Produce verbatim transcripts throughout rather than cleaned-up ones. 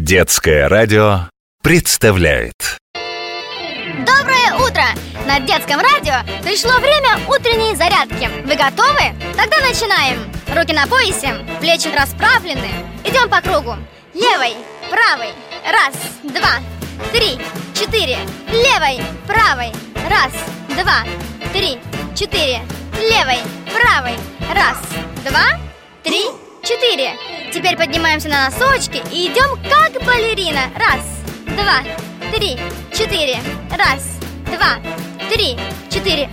Детское радио представляет. Доброе утро! На детском радио пришло время утренней зарядки. Вы готовы? Тогда начинаем. Руки на поясе, плечи расправлены. Идем по кругу. Левой, правой. Раз, два, три, четыре. Левой, правой. Раз, два, три, четыре. Левой, правой. Раз, два, три, четыре. Теперь поднимаемся на носочки и идем как балерина. Раз, два, три, четыре. Раз, два, три, четыре.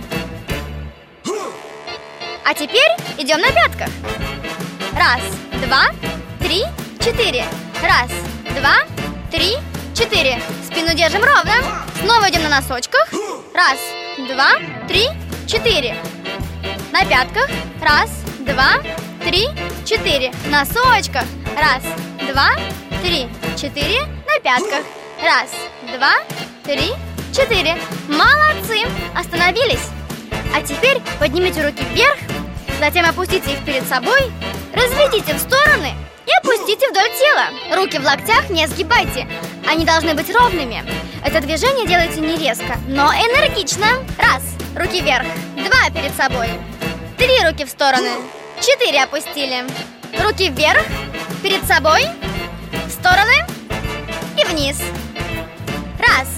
А теперь идем на пятках. Раз, два, три, четыре. Раз, два, три, четыре. Спину держим ровно. Снова идем на носочках. Раз, два, три, четыре. На пятках. Раз, два, три, четыре. На носочках. Раз, два, три, четыре. На пятках. Раз, два, три, четыре. Молодцы! Остановились. А теперь поднимите руки вверх. Затем опустите их перед собой. Разведите в стороны и опустите вдоль тела. Руки в локтях не сгибайте. Они должны быть ровными. Это движение делайте не резко, но энергично. Раз, руки вверх. Два перед собой. Три руки в стороны. Четыре опустили. Руки вверх, перед собой, в стороны и вниз. Раз,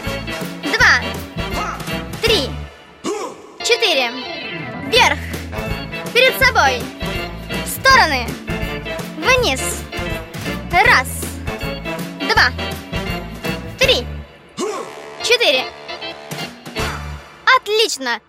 два, три, четыре. Вверх, перед собой, в стороны, вниз. Раз, два, три, четыре. Отлично!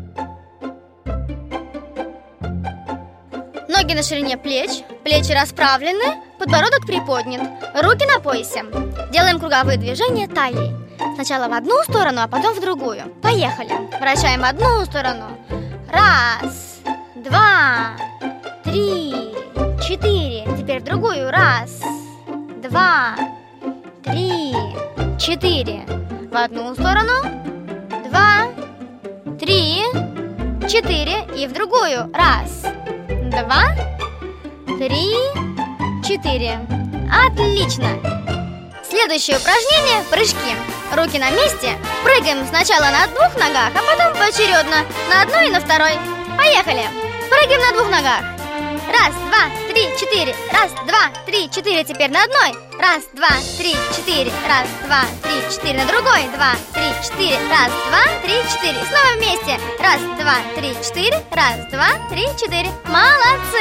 Ноги на ширине плеч, плечи расправлены, подбородок приподнят, руки на поясе. Делаем круговые движения талией. Сначала в одну сторону, а потом в другую. Поехали. Вращаем одну сторону. Раз, два, три, четыре. Теперь в другую. Раз, два, три, четыре. В одну сторону. Два, три, четыре. И в другую. Раз, два, три, четыре. Отлично! Следующее упражнение – прыжки. Руки на месте. Прыгаем сначала на двух ногах, а потом поочередно на одной и на второй. Поехали! Прыгаем на двух ногах. Раз, два, три, четыре. Раз, два, три, четыре. Теперь на одной. Раз, два, три, четыре. Раз, два, три, четыре. На другой. Два, три, четыре. Раз, два, три, четыре. Снова вместе. Раз, два, три, четыре. Раз, два, три, четыре. Молодцы!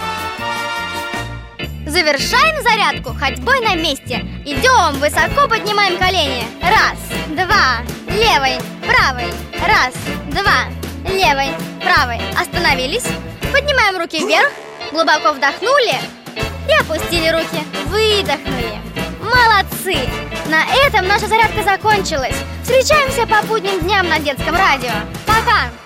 Завершаем зарядку ходьбой на месте. Идем, высоко поднимаем колени. Раз, два, левой, правой. Раз, два, левой, правой. Остановились. Поднимаем руки вверх. Глубоко вдохнули и опустили руки. Выдохнули. Молодцы! На этом наша зарядка закончилась. Встречаемся по будним дням на детском радио. Пока!